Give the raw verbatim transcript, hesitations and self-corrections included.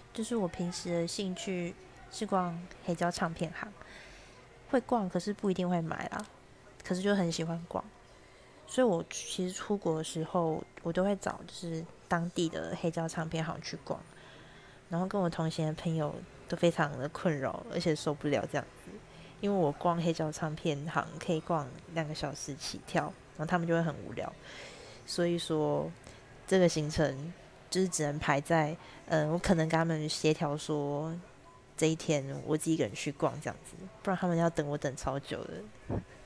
就是我平时的兴趣是逛黑胶唱片行，会逛，可是不一定会买啦。可是就很喜欢逛，所以我其实出国的时候，我都会找就是当地的黑胶唱片行去逛，然后跟我同行的朋友都非常的困扰，而且受不了这样子，因为我逛黑胶唱片行可以逛两个小时起跳，然后他们就会很无聊，所以说这个行程就是只能排在，嗯、呃，我可能跟他们协调说这一天我自己一个人去逛这样子，不然他们要等我等超久的。